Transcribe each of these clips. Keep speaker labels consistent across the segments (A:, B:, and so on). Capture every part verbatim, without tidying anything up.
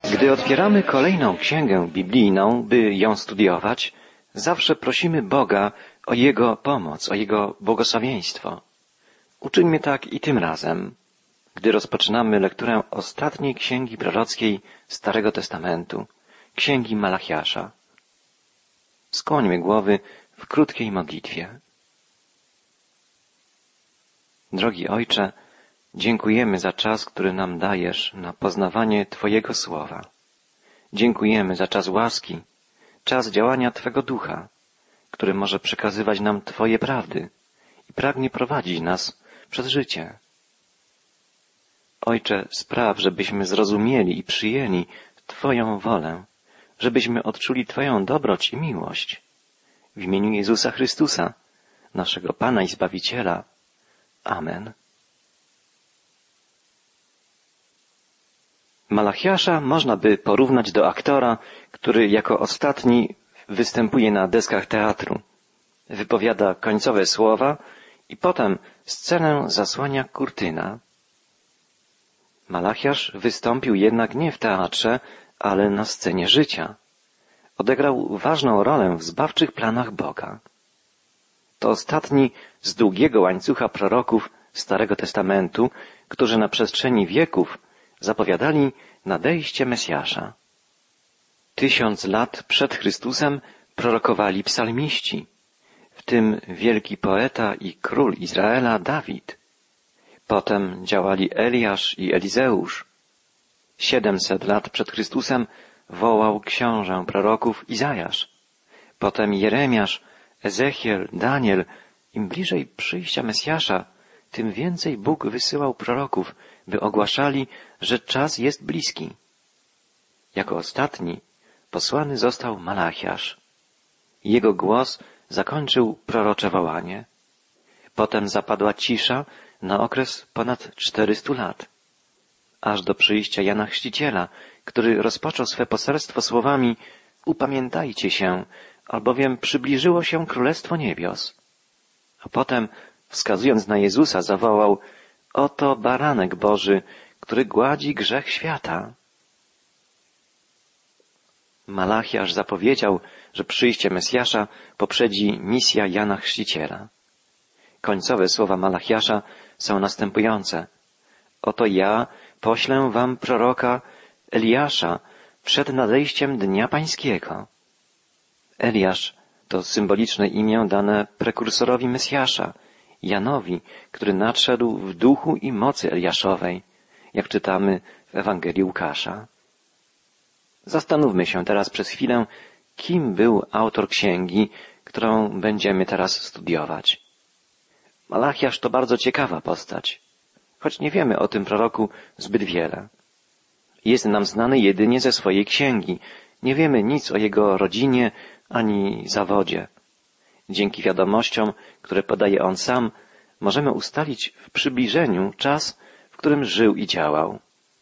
A: Gdy otwieramy kolejną księgę biblijną, by ją studiować, zawsze prosimy Boga o Jego pomoc, o Jego błogosławieństwo. Uczyńmy tak i tym razem, gdy rozpoczynamy lekturę ostatniej księgi prorockiej Starego Testamentu, księgi Malachiasza. Skłońmy głowy w krótkiej modlitwie. Drogi Ojcze, dziękujemy za czas, który nam dajesz na poznawanie Twojego Słowa. Dziękujemy za czas łaski, czas działania Twego Ducha, który może przekazywać nam Twoje prawdy i pragnie prowadzić nas przez życie. Ojcze, spraw, żebyśmy zrozumieli i przyjęli Twoją wolę, żebyśmy odczuli Twoją dobroć i miłość. W imieniu Jezusa Chrystusa, naszego Pana i Zbawiciela. Amen. Malachiasza można by porównać do aktora, który jako ostatni występuje na deskach teatru. Wypowiada końcowe słowa i potem scenę zasłania kurtyna. Malachiasz wystąpił jednak nie w teatrze, ale na scenie życia. Odegrał ważną rolę w zbawczych planach Boga. To ostatni z długiego łańcucha proroków Starego Testamentu, którzy na przestrzeni wieków zapowiadali nadejście Mesjasza. Tysiąc lat przed Chrystusem prorokowali psalmiści, w tym wielki poeta i król Izraela Dawid. Potem działali Eliasz i Elizeusz. Siedemset lat przed Chrystusem wołał książę proroków Izajasz. Potem Jeremiasz, Ezechiel, Daniel. Im bliżej przyjścia Mesjasza, tym więcej Bóg wysyłał proroków, by ogłaszali, że czas jest bliski. Jako ostatni posłany został Malachiasz. Jego głos zakończył prorocze wołanie. Potem zapadła cisza na okres ponad czterystu lat, aż do przyjścia Jana Chrzciciela, który rozpoczął swe poselstwo słowami: upamiętajcie się, albowiem przybliżyło się Królestwo Niebios. A potem, wskazując na Jezusa, zawołał: oto baranek Boży, który gładzi grzech świata. Malachiasz zapowiedział, że przyjście Mesjasza poprzedzi misja Jana Chrzciciela. Końcowe słowa Malachiasza są następujące: oto ja poślę wam proroka Eliasza przed nadejściem Dnia Pańskiego. Eliasz to symboliczne imię dane prekursorowi Mesjasza, Janowi, który nadszedł w duchu i mocy Eliaszowej, jak czytamy w Ewangelii Łukasza. Zastanówmy się teraz przez chwilę, kim był autor księgi, którą będziemy teraz studiować. Malachiasz to bardzo ciekawa postać, choć nie wiemy o tym proroku zbyt wiele. Jest nam znany jedynie ze swojej księgi. Nie wiemy nic o jego rodzinie ani zawodzie. Dzięki wiadomościom, które podaje on sam, możemy ustalić w przybliżeniu czas, w którym żył i działał.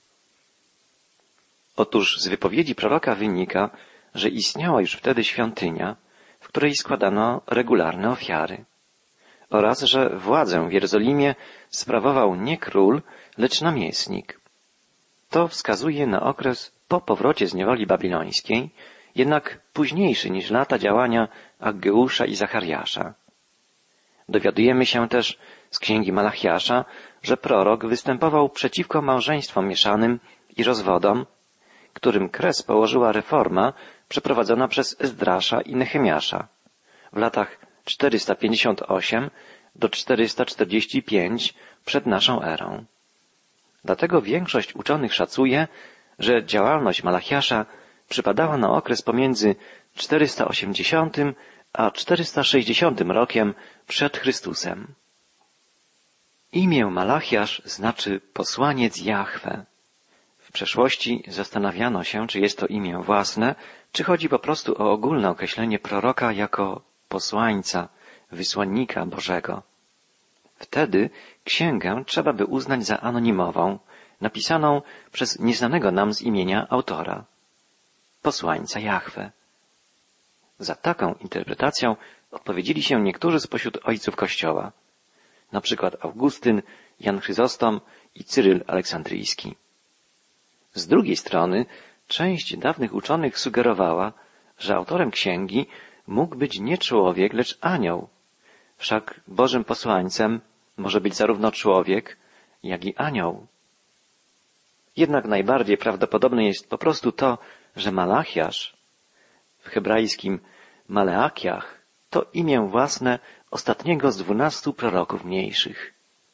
A: Otóż z wypowiedzi proroka wynika, że istniała już wtedy świątynia, w której składano regularne ofiary, oraz że władzę w Jerozolimie sprawował nie król, lecz namiestnik. To wskazuje na okres po powrocie z niewoli babilońskiej, jednak późniejszy niż lata działania Aggeusza i Zachariasza. Dowiadujemy się też z księgi Malachiasza, że prorok występował przeciwko małżeństwom mieszanym i rozwodom, którym kres położyła reforma przeprowadzona przez Ezdrasza i Nehemiasza w latach czterysta pięćdziesiąt osiem do czterysta czterdzieści pięć przed naszą erą. Dlatego większość uczonych szacuje, że działalność Malachiasza przypadała na okres pomiędzy czterysta osiemdziesiątym a czterysta sześćdziesiątym rokiem przed Chrystusem. Imię Malachiasz znaczy posłaniec Jahwe. W przeszłości zastanawiano się, czy jest to imię własne, czy chodzi po prostu o ogólne określenie proroka jako posłańca, wysłannika Bożego. Wtedy księgę trzeba by uznać za anonimową, napisaną przez nieznanego nam z imienia autora. Posłańca Jahwe. Za taką interpretacją odpowiedzieli się niektórzy spośród ojców Kościoła, na przykład Augustyn, Jan Chryzostom i Cyryl Aleksandryjski. Z drugiej strony Część dawnych uczonych sugerowała, że autorem księgi mógł być nie człowiek, lecz anioł. Wszak Bożym posłańcem może być zarówno człowiek, jak i anioł. Jednak najbardziej prawdopodobne jest po prostu to, że Malachiasz, w hebrajskim Maleakiach, to imię własne ostatniego z dwunastu proroków mniejszych.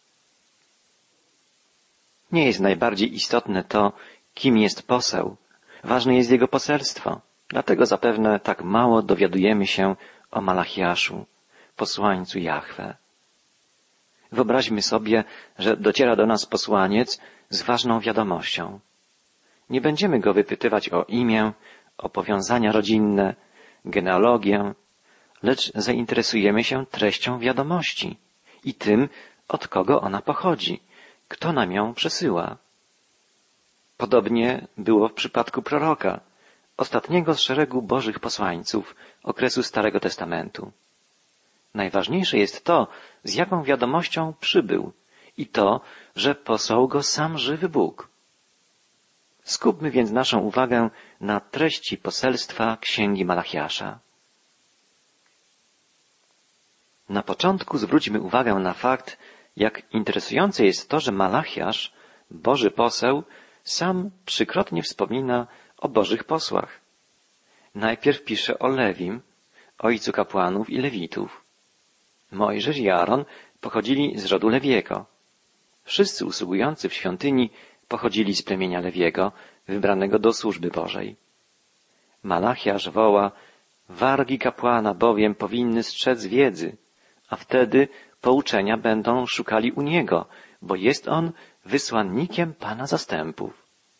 A: Nie jest najbardziej istotne to, kim jest poseł. Ważne jest jego poselstwo. Dlatego zapewne tak mało dowiadujemy się o Malachiaszu, posłańcu Jahwe. Wyobraźmy sobie, że dociera do nas posłaniec z ważną wiadomością. Nie będziemy go wypytywać o imię, o powiązania rodzinne, genealogię, lecz zainteresujemy się treścią wiadomości i tym, od kogo ona pochodzi, kto nam ją przesyła. Podobnie było w przypadku proroka, ostatniego z szeregu bożych posłańców okresu Starego Testamentu. Najważniejsze jest to, z jaką wiadomością przybył i to, że posłał go sam żywy Bóg. Skupmy więc naszą uwagę na treści poselstwa Księgi Malachiasza. Na początku zwróćmy uwagę na fakt, jak interesujące jest to, że Malachiasz, Boży poseł, sam trzykrotnie wspomina o Bożych posłach. Najpierw pisze o Lewim, ojcu kapłanów i lewitów. Mojżesz i Aaron pochodzili z rodu Lewiego. Wszyscy usługujący w świątyni pochodzili z plemienia Lewiego, wybranego do służby Bożej. Malachiasz woła: wargi kapłana bowiem powinny strzec wiedzy, a wtedy pouczenia będą szukali u niego, bo jest on wysłannikiem Pana zastępów.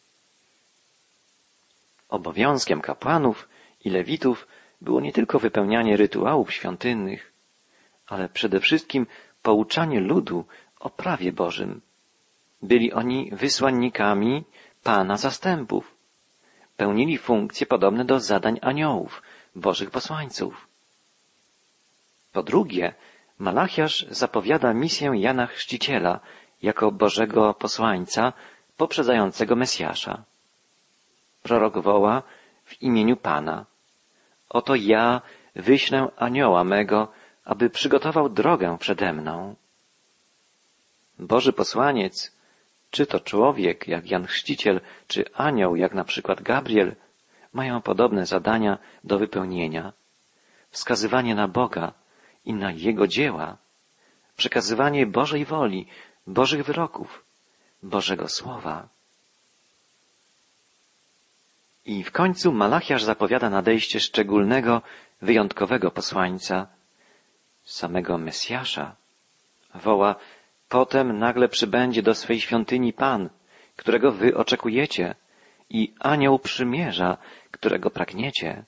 A: Obowiązkiem kapłanów i lewitów było nie tylko wypełnianie rytuałów świątynnych, ale przede wszystkim pouczanie ludu o prawie Bożym. Byli oni wysłannikami Pana zastępów. Pełnili funkcje podobne do zadań aniołów, Bożych posłańców. Po drugie, Malachiasz zapowiada misję Jana Chrzciciela jako Bożego posłańca poprzedzającego Mesjasza. Prorok woła w imieniu Pana: oto ja wyślę anioła mego, aby przygotował drogę przede mną. Boży posłaniec, czy to człowiek jak Jan Chrzciciel, czy anioł jak na przykład Gabriel, mają podobne zadania do wypełnienia. Wskazywanie na Boga i na Jego dzieła, przekazywanie Bożej woli, Bożych wyroków, Bożego Słowa. I w końcu Malachiasz zapowiada nadejście szczególnego, wyjątkowego posłańca, samego Mesjasza. Woła: potem nagle przybędzie do swej świątyni Pan, którego wy oczekujecie, i anioł przymierza, którego pragniecie.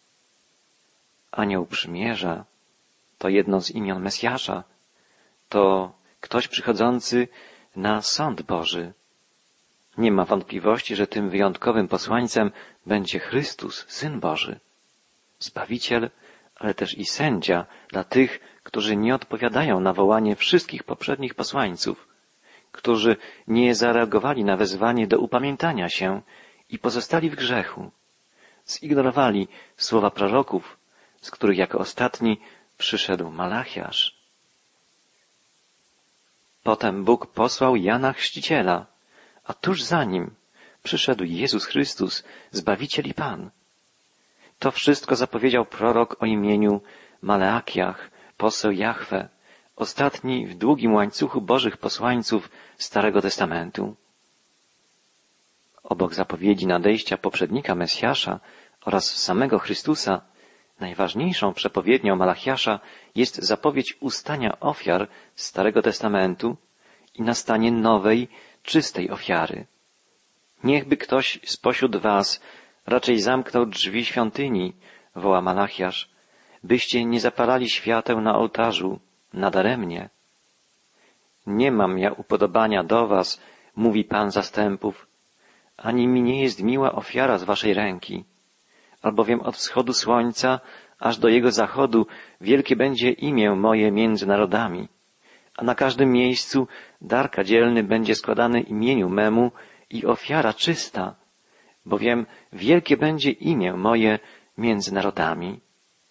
A: Anioł przymierza to jedno z imion Mesjasza. To ktoś przychodzący na sąd Boży. Nie ma wątpliwości, że tym wyjątkowym posłańcem będzie Chrystus, Syn Boży. Zbawiciel, ale też i sędzia dla tych, którzy nie odpowiadają na wołanie wszystkich poprzednich posłańców, którzy nie zareagowali na wezwanie do upamiętania się i pozostali w grzechu. Zignorowali słowa proroków, z których jako ostatni przyszedł Malachiasz. Potem Bóg posłał Jana Chrzciciela, a tuż za nim przyszedł Jezus Chrystus, Zbawiciel i Pan. To wszystko zapowiedział prorok o imieniu Maleakiach, poseł Jahwe, ostatni w długim łańcuchu Bożych posłańców Starego Testamentu. Obok zapowiedzi nadejścia poprzednika Mesjasza oraz samego Chrystusa, najważniejszą przepowiednią Malachiasza jest zapowiedź ustania ofiar Starego Testamentu i nastanie nowej, czystej ofiary. Niechby ktoś spośród was raczej zamknął drzwi świątyni, woła Malachiasz, byście nie zapalali świateł na ołtarzu, nadaremnie. Nie mam ja upodobania do was, mówi Pan zastępów, ani mi nie jest miła ofiara z waszej ręki, albowiem od wschodu słońca aż do jego zachodu wielkie będzie imię moje między narodami, a na każdym miejscu dar kadzielny będzie składany imieniu memu i ofiara czysta, bowiem wielkie będzie imię moje między narodami.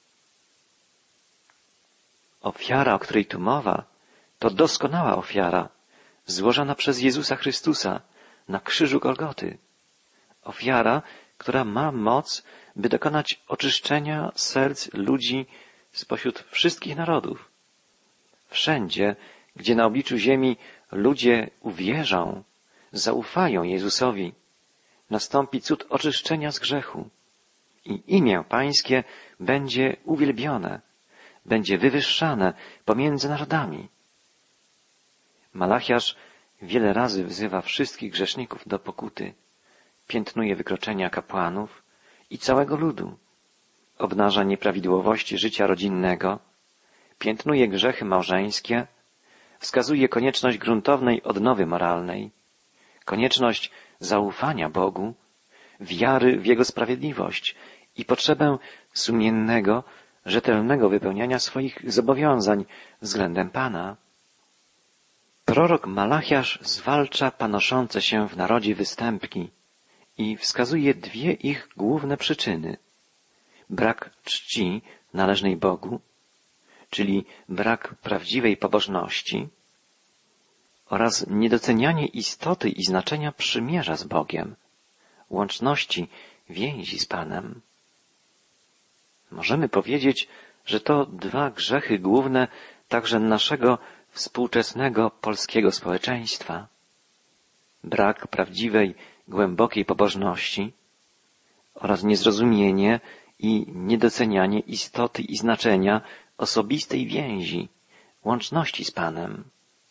A: Ofiara, o której tu mowa, to doskonała ofiara, złożona przez Jezusa Chrystusa na krzyżu Golgoty. Ofiara, która ma moc, by dokonać oczyszczenia serc ludzi spośród wszystkich narodów. Wszędzie, gdzie na obliczu ziemi ludzie uwierzą, zaufają Jezusowi, nastąpi cud oczyszczenia z grzechu i imię Pańskie będzie uwielbione, będzie wywyższane pomiędzy narodami. Malachiasz wiele razy wzywa wszystkich grzeszników do pokuty, piętnuje wykroczenia kapłanów i całego ludu, obnaża nieprawidłowości życia rodzinnego, piętnuje grzechy małżeńskie, wskazuje konieczność gruntownej odnowy moralnej, konieczność zaufania Bogu, wiary w Jego sprawiedliwość i potrzebę sumiennego, rzetelnego wypełniania swoich zobowiązań względem Pana. Prorok Malachiasz zwalcza panoszące się w narodzie występki i wskazuje dwie ich główne przyczyny. Brak czci należnej Bogu, czyli brak prawdziwej pobożności, oraz niedocenianie istoty i znaczenia przymierza z Bogiem, łączności, więzi z Panem. Możemy powiedzieć, że to dwa grzechy główne także naszego współczesnego polskiego społeczeństwa. Brak prawdziwej, głębokiej pobożności oraz niezrozumienie i niedocenianie istoty i znaczenia osobistej więzi, łączności z Panem.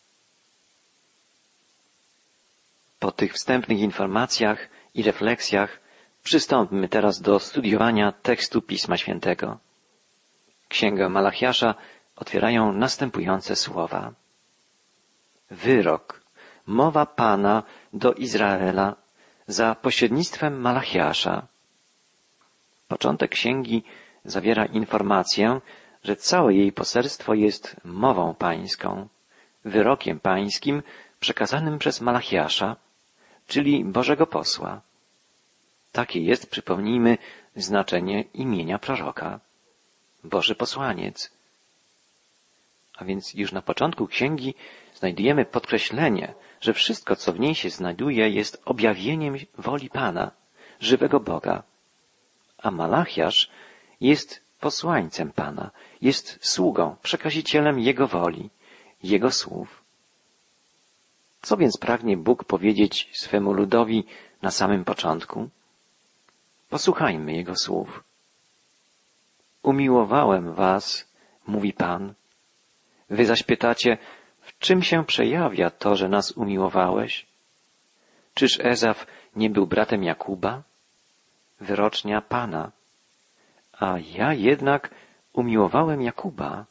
A: Po tych wstępnych informacjach i refleksjach przystąpmy teraz do studiowania tekstu Pisma Świętego. Księgę Malachiasza otwierają następujące słowa. Wyrok, mowa Pana do Izraela za pośrednictwem Malachiasza. Początek księgi zawiera informację, że całe jej poselstwo jest mową pańską, wyrokiem pańskim przekazanym przez Malachiasza, czyli Bożego posła. Takie jest, przypomnijmy, znaczenie imienia proroka. Boży posłaniec. A więc już na początku księgi znajdujemy podkreślenie, że wszystko, co w niej się znajduje, jest objawieniem woli Pana, żywego Boga. A Malachiasz jest posłańcem Pana, jest sługą, przekazicielem Jego woli, Jego słów. Co więc pragnie Bóg powiedzieć swemu ludowi na samym początku? Posłuchajmy Jego słów. Umiłowałem was, mówi Pan. Wy zaś pytacie, w czym się przejawia to, że nas umiłowałeś? Czyż Ezaf nie był bratem Jakuba? Wyrocznia Pana. A ja jednak umiłowałem Jakuba.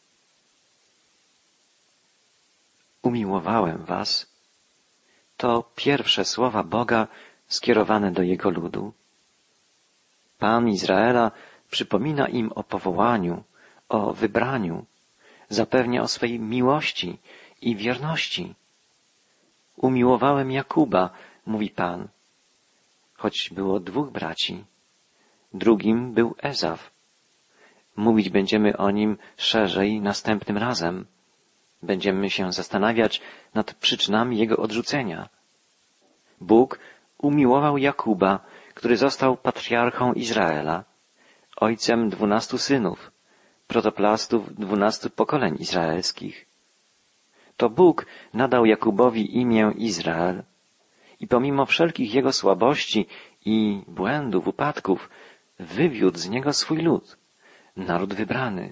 A: Umiłowałem was. To pierwsze słowa Boga skierowane do Jego ludu. Pan Izraela przypomina im o powołaniu, o wybraniu, zapewnia o swej miłości i wierności. Umiłowałem Jakuba, mówi Pan, choć było dwóch braci. Drugim był Ezaf. Mówić będziemy o nim szerzej następnym razem. Będziemy się zastanawiać nad przyczynami jego odrzucenia. Bóg umiłował Jakuba, który został patriarchą Izraela, ojcem dwunastu synów, protoplastów dwunastu pokoleń izraelskich. To Bóg nadał Jakubowi imię Izrael i pomimo wszelkich jego słabości i błędów, upadków, wywiódł z niego swój lud, naród wybrany.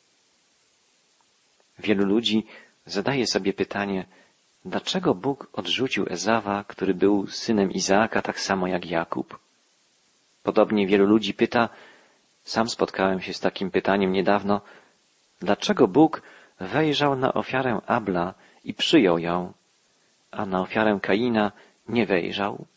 A: Wielu ludzi zadaje sobie pytanie, dlaczego Bóg odrzucił Ezawa, który był synem Izaaka, tak samo jak Jakub? Podobnie wielu ludzi pyta, sam spotkałem się z takim pytaniem niedawno, dlaczego Bóg wejrzał na ofiarę Abla i przyjął ją, a na ofiarę Kaina nie wejrzał?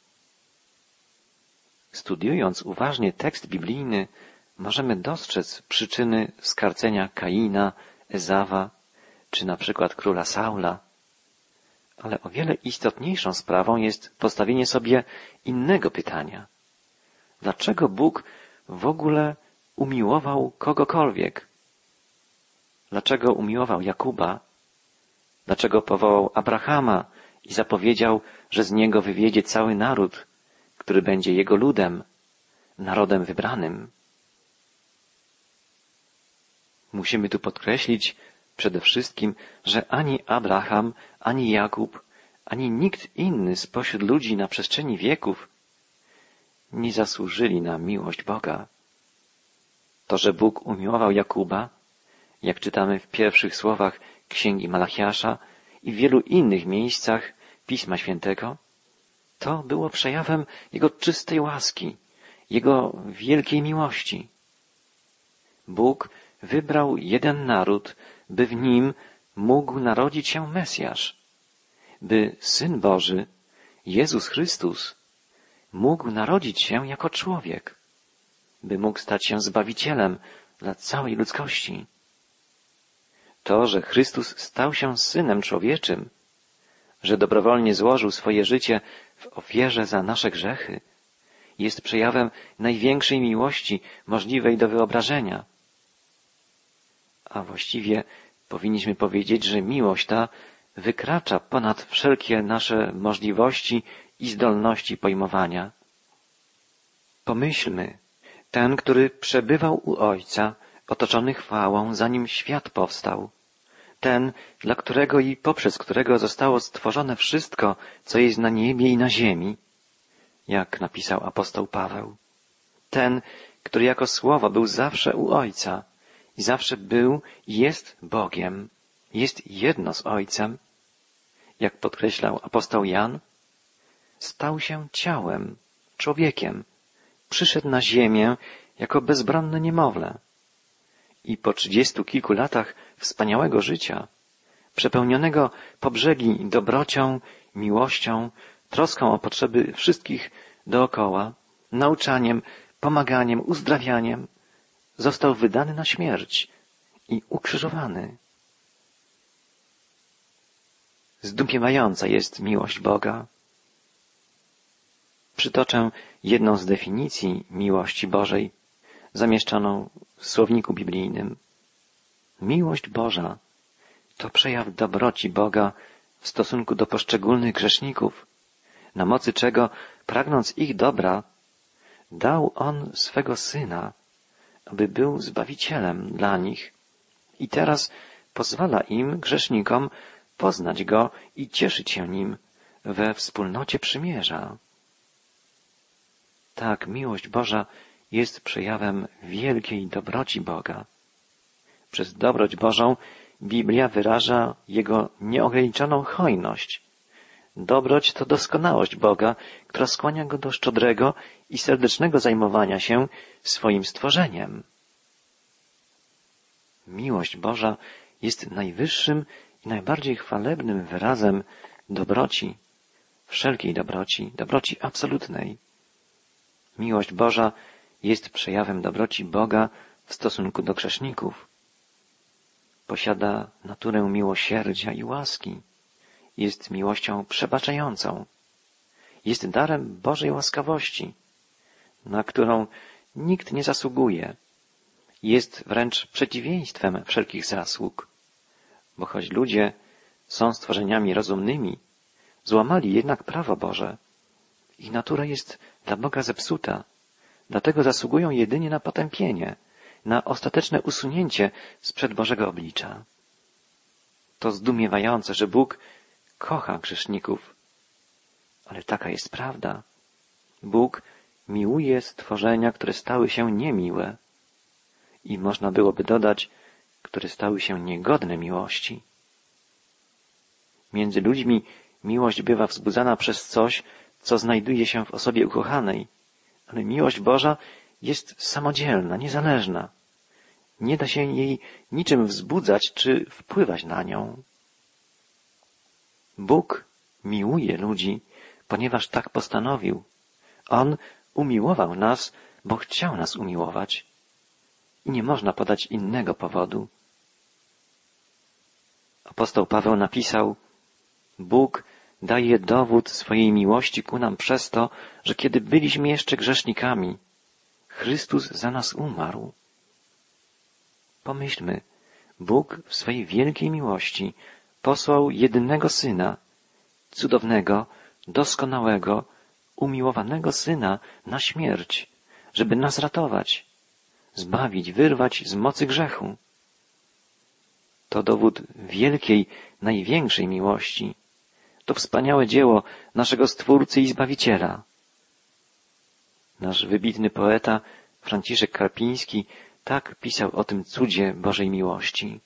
A: Studiując uważnie tekst biblijny, możemy dostrzec przyczyny skarcenia Kaina, Ezawa, czy na przykład króla Saula. Ale o wiele istotniejszą sprawą jest postawienie sobie innego pytania. Dlaczego Bóg w ogóle umiłował kogokolwiek? Dlaczego umiłował Jakuba? Dlaczego powołał Abrahama i zapowiedział, że z niego wywiedzie cały naród, który będzie jego ludem, narodem wybranym? Musimy tu podkreślić przede wszystkim, że ani Abraham, ani Jakub, ani nikt inny spośród ludzi na przestrzeni wieków nie zasłużyli na miłość Boga. To, że Bóg umiłował Jakuba, jak czytamy w pierwszych słowach Księgi Malachiasza i w wielu innych miejscach Pisma Świętego, to było przejawem Jego czystej łaski, Jego wielkiej miłości. Bóg wybrał jeden naród, by w nim mógł narodzić się Mesjasz, by Syn Boży, Jezus Chrystus, mógł narodzić się jako człowiek, by mógł stać się Zbawicielem dla całej ludzkości. To, że Chrystus stał się Synem Człowieczym, że dobrowolnie złożył swoje życie w ofierze za nasze grzechy, jest przejawem największej miłości możliwej do wyobrażenia. A właściwie powinniśmy powiedzieć, że miłość ta wykracza ponad wszelkie nasze możliwości i zdolności pojmowania. Pomyślmy, ten, który przebywał u Ojca, otoczony chwałą, zanim świat powstał, ten, dla którego i poprzez którego zostało stworzone wszystko, co jest na niebie i na ziemi, jak napisał apostoł Paweł, ten, który jako Słowo był zawsze u Ojca i zawsze był i jest Bogiem, jest jedno z Ojcem, jak podkreślał apostoł Jan, stał się ciałem, człowiekiem, przyszedł na ziemię jako bezbronne niemowlę i po trzydziestu kilku latach wspaniałego życia, przepełnionego po brzegi dobrocią, miłością, troską o potrzeby wszystkich dookoła, nauczaniem, pomaganiem, uzdrawianiem, został wydany na śmierć i ukrzyżowany. Zdumiewająca jest miłość Boga. Przytoczę jedną z definicji miłości Bożej, zamieszczoną w słowniku biblijnym. Miłość Boża to przejaw dobroci Boga w stosunku do poszczególnych grzeszników, na mocy czego, pragnąc ich dobra, dał On swego Syna, aby był Zbawicielem dla nich i teraz pozwala im, grzesznikom, poznać Go i cieszyć się Nim we wspólnocie przymierza. Tak, miłość Boża jest przejawem wielkiej dobroci Boga. Przez dobroć Bożą Biblia wyraża Jego nieograniczoną hojność. Dobroć to doskonałość Boga, która skłania Go do szczodrego i serdecznego zajmowania się swoim stworzeniem. Miłość Boża jest najwyższym i najbardziej chwalebnym wyrazem dobroci, wszelkiej dobroci, dobroci absolutnej. Miłość Boża jest przejawem dobroci Boga w stosunku do grzeszników. Posiada naturę miłosierdzia i łaski. Jest miłością przebaczającą. Jest darem Bożej łaskawości, na którą nikt nie zasługuje. Jest wręcz przeciwieństwem wszelkich zasług, bo choć ludzie są stworzeniami rozumnymi, złamali jednak prawo Boże. Ich natura jest dla Boga zepsuta, dlatego zasługują jedynie na potępienie, na ostateczne usunięcie sprzed Bożego oblicza. To zdumiewające, że Bóg kocha grzeszników, ale taka jest prawda. Bóg miłuje stworzenia, które stały się niemiłe i można byłoby dodać, które stały się niegodne miłości. Między ludźmi miłość bywa wzbudzana przez coś, co znajduje się w osobie ukochanej, ale miłość Boża jest samodzielna, niezależna. Nie da się jej niczym wzbudzać czy wpływać na nią. Bóg miłuje ludzi, ponieważ tak postanowił. On umiłował nas, bo chciał nas umiłować. I nie można podać innego powodu. Apostoł Paweł napisał: Bóg daje dowód swojej miłości ku nam przez to, że kiedy byliśmy jeszcze grzesznikami, Chrystus za nas umarł. Pomyślmy, Bóg w swej wielkiej miłości posłał jedynego Syna, cudownego, doskonałego, umiłowanego Syna na śmierć, żeby nas ratować, zbawić, wyrwać z mocy grzechu. To dowód wielkiej, największej miłości. To wspaniałe dzieło naszego Stwórcy i Zbawiciela. Nasz wybitny poeta Franciszek Karpiński tak pisał o tym cudzie Bożej miłości.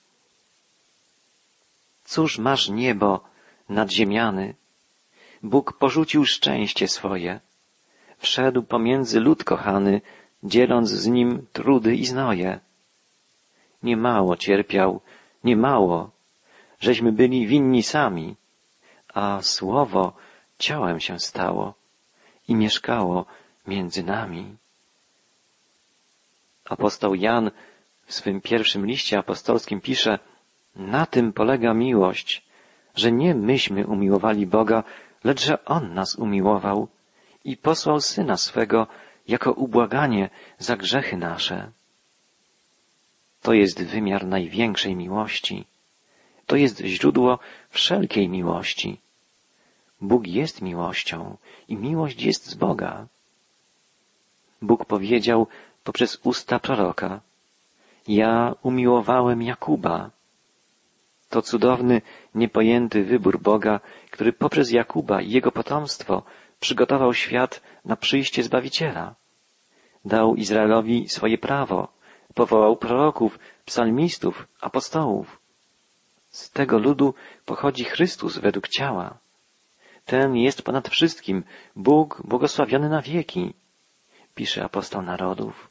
A: Cóż masz niebo nadziemiany? Bóg porzucił szczęście swoje. Wszedł pomiędzy lud kochany, dzieląc z nim trudy i znoje. Niemało cierpiał, niemało, żeśmy byli winni sami, a słowo ciałem się stało i mieszkało między nami. Apostoł Jan w swym pierwszym liście apostolskim pisze: na tym polega miłość, że nie myśmy umiłowali Boga, lecz że On nas umiłował i posłał Syna swego jako ubłaganie za grzechy nasze. To jest wymiar największej miłości. To jest źródło wszelkiej miłości. Bóg jest miłością i miłość jest z Boga. Bóg powiedział poprzez usta proroka: ja umiłowałem Jakuba. To cudowny, niepojęty wybór Boga, który poprzez Jakuba i jego potomstwo przygotował świat na przyjście Zbawiciela. Dał Izraelowi swoje prawo, powołał proroków, psalmistów, apostołów. Z tego ludu pochodzi Chrystus według ciała. Ten jest ponad wszystkim, Bóg błogosławiony na wieki, pisze apostoł narodów.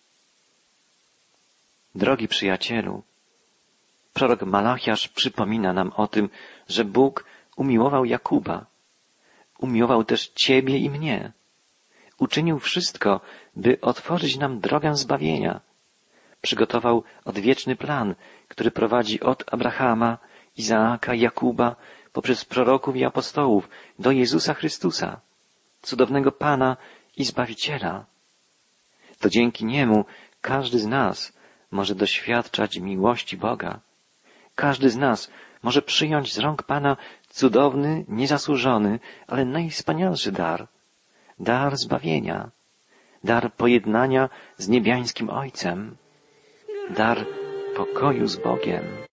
A: Drogi przyjacielu, prorok Malachiasz przypomina nam o tym, że Bóg umiłował Jakuba. Umiłował też ciebie i mnie. Uczynił wszystko, by otworzyć nam drogę zbawienia. Przygotował odwieczny plan, który prowadzi od Abrahama, Izaaka, Jakuba, poprzez proroków i apostołów do Jezusa Chrystusa, cudownego Pana i Zbawiciela. To dzięki Niemu każdy z nas może doświadczać miłości Boga. Każdy z nas może przyjąć z rąk Pana cudowny, niezasłużony, ale najwspanialszy dar. Dar zbawienia. Dar pojednania z niebiańskim Ojcem. Dar pokoju z Bogiem.